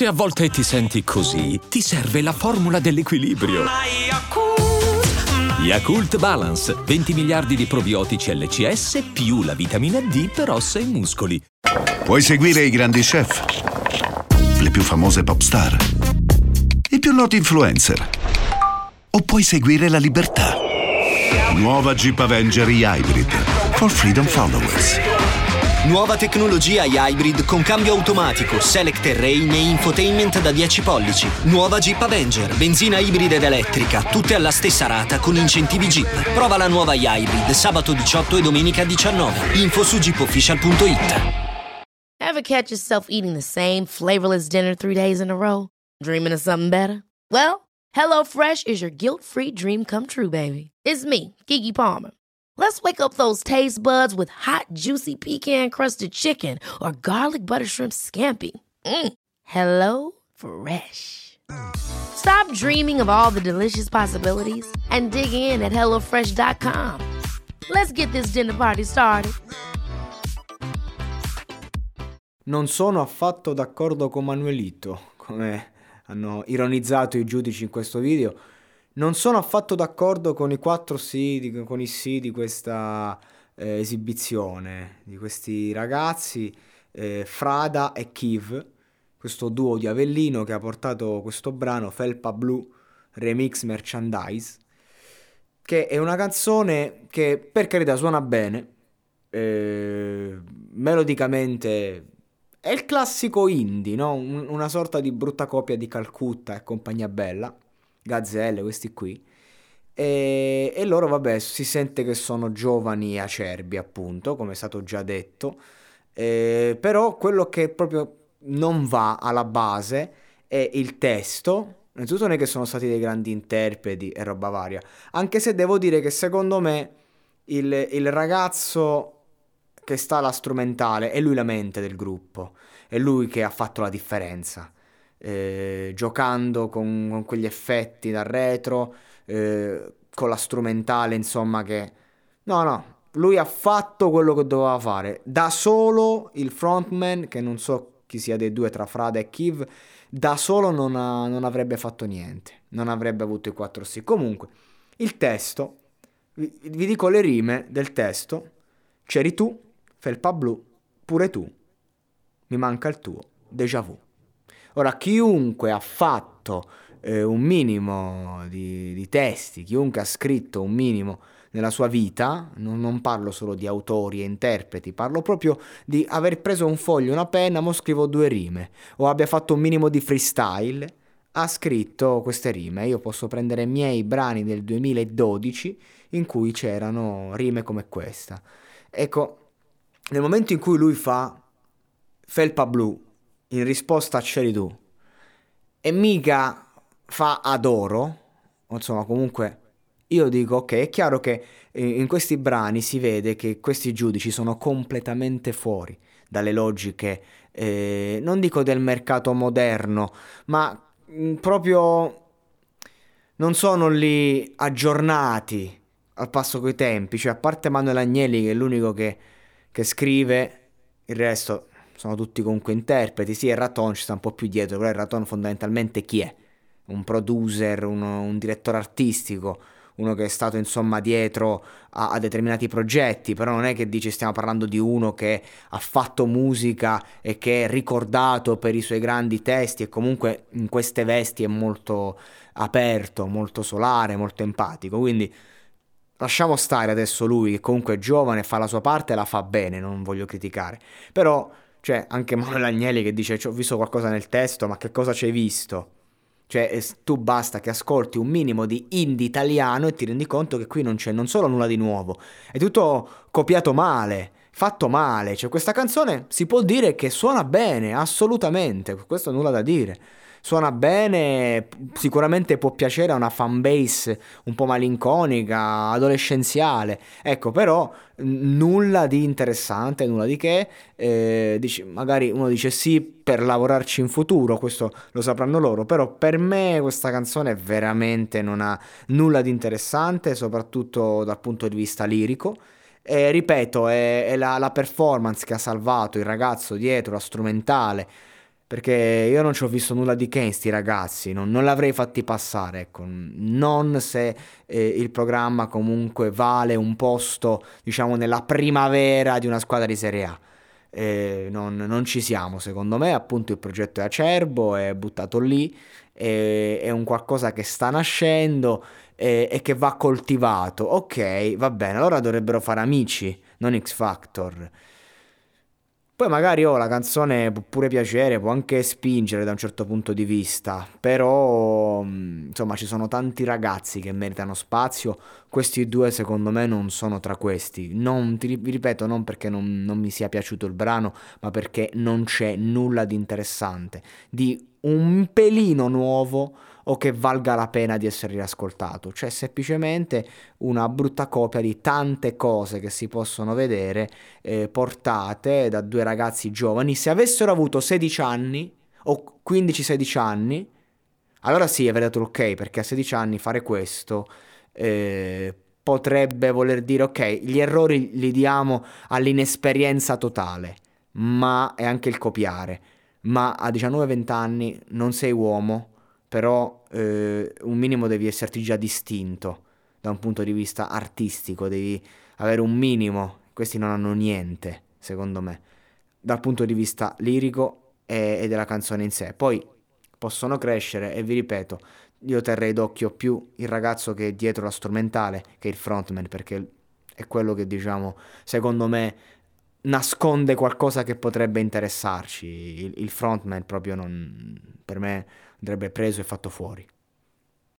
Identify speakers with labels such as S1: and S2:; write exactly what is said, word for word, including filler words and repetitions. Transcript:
S1: Se a volte ti senti così, ti serve la formula dell'equilibrio. Yakult Balance, venti miliardi di probiotici L C S più la vitamina D per ossa e muscoli.
S2: Puoi seguire i grandi chef, le più famose pop star, i più noti influencer, o puoi seguire la libertà. Nuova Jeep Avenger e-Hybrid for freedom followers.
S3: Nuova tecnologia e-Hybrid con cambio automatico, select terrain e infotainment da dieci pollici. Nuova Jeep Avenger, benzina ibrida ed elettrica, tutte alla stessa rata con incentivi Jeep. Prova la nuova e-Hybrid sabato diciotto e domenica diciannove. Info su jeep official punto it.
S4: Ever catch yourself eating the same flavorless dinner three days in a row? Dreaming of something better? Well, HelloFresh is your guilt-free dream come true, baby. It's me, Keke Palmer. Let's wake up those taste buds with hot, juicy pecan-crusted chicken or garlic butter shrimp scampi. Mm. Hello Fresh. Stop dreaming of all the delicious possibilities and dig in at hello fresh dot com. Let's get this dinner party started.
S5: Non sono affatto d'accordo con Manuelito, come hanno ironizzato i giudici in questo video. Non sono affatto d'accordo con i quattro sì, di, con i sì di questa eh, esibizione, di questi ragazzi, eh, Frada e Kiv, questo duo di Avellino che ha portato questo brano Felpa Blu Remix Merchandise, che è una canzone che per carità suona bene, eh, melodicamente è il classico indie, no? Un, una sorta di brutta copia di Calcutta e compagnia bella, Gazzelle, questi qui, e, e loro vabbè si sente che sono giovani e acerbi, appunto, come è stato già detto, e, però quello che proprio non va alla base è il testo. Innanzitutto non è che sono stati dei grandi interpreti e roba varia, anche se devo dire che secondo me il, il ragazzo che sta alla strumentale è lui la mente del gruppo, è lui che ha fatto la differenza. Eh, giocando con, con quegli effetti da retro, eh, con la strumentale, insomma, che no no lui ha fatto quello che doveva fare da solo. Il frontman, che non so chi sia dei due tra Frada e Kiv, da solo non, ha, non avrebbe fatto niente, non avrebbe avuto i quattro sì. Comunque il testo, vi, vi dico le rime del testo: c'eri tu, felpa blu, pure tu, mi manca il tuo déjà vu. Ora, chiunque ha fatto eh, un minimo di, di testi, chiunque ha scritto un minimo nella sua vita, non, non parlo solo di autori e interpreti, parlo proprio di aver preso un foglio, una penna, mo scrivo due rime, o abbia fatto un minimo di freestyle, ha scritto queste rime. Io posso prendere i miei brani del duemiladodici in cui c'erano rime come questa. Ecco, nel momento in cui lui fa felpa blu in risposta a c'eri tu, e mica fa adoro, insomma, comunque io dico ok, è chiaro che in questi brani si vede che questi giudici sono completamente fuori dalle logiche, eh, non dico del mercato moderno, ma mh, proprio non sono lì aggiornati al passo coi tempi. Cioè, a parte Manuel Agnelli, che è l'unico che, che scrive, il resto sono tutti comunque interpreti. Sì, il Raton ci sta un po' più dietro, però il Raton fondamentalmente chi è? Un producer, uno, un direttore artistico, uno che è stato insomma dietro a, a determinati progetti, però non è che dice stiamo parlando di uno che ha fatto musica e che è ricordato per i suoi grandi testi, e comunque in queste vesti è molto aperto, molto solare, molto empatico. Quindi lasciamo stare adesso lui, che comunque è giovane, fa la sua parte e la fa bene, non voglio criticare, però cioè anche Manuel Agnelli che dice ho visto qualcosa nel testo, ma che cosa ci hai visto? Cioè tu basta che ascolti un minimo di indie italiano e ti rendi conto che qui non c'è non solo nulla di nuovo, è tutto copiato male, fatto male. Cioè questa canzone si può dire che suona bene, assolutamente, questo nulla da dire. Suona bene, sicuramente può piacere a una fanbase un po' malinconica, adolescenziale, ecco, però n- nulla di interessante, nulla di che, eh, dici, magari uno dice sì per lavorarci in futuro, questo lo sapranno loro, però per me questa canzone veramente non ha nulla di interessante, soprattutto dal punto di vista lirico. E ripeto, è, è la, la performance che ha salvato il ragazzo dietro, la strumentale. perché io non ci ho visto nulla di che in sti ragazzi, non, non l'avrei fatti passare, ecco, non se eh, il programma comunque vale un posto, diciamo, nella primavera di una squadra di Serie A. Eh, non, non ci siamo, secondo me, appunto il progetto è acerbo, è buttato lì, è, è un qualcosa che sta nascendo e, e che va coltivato. Ok, va bene, allora dovrebbero fare Amici, non X Factor. Poi magari oh, la canzone può pure piacere, può anche spingere da un certo punto di vista, però mh, insomma ci sono tanti ragazzi che meritano spazio, questi due secondo me non sono tra questi, non, ti, vi ripeto, non perché non, non mi sia piaciuto il brano, ma perché non c'è nulla di interessante, di un pelino nuovo o che valga la pena di essere riascoltato, c'è semplicemente una brutta copia di tante cose che si possono vedere eh, portate da due ragazzi giovani. Se avessero avuto sedici anni o quindici sedici anni, allora sì, avrei dato l'ok, perché a sedici anni fare questo eh, potrebbe voler dire ok, gli errori li diamo all'inesperienza totale, ma è anche il copiare. Ma a diciannove venti anni non sei uomo, però eh, un minimo devi esserti già distinto da un punto di vista artistico, devi avere un minimo, questi non hanno niente, secondo me, dal punto di vista lirico e, e della canzone in sé. Poi possono crescere e vi ripeto, io terrei d'occhio più il ragazzo che è dietro la strumentale che il frontman, perché è quello che, diciamo, secondo me nasconde qualcosa che potrebbe interessarci. Il, il frontman proprio non, per me andrebbe preso e fatto fuori.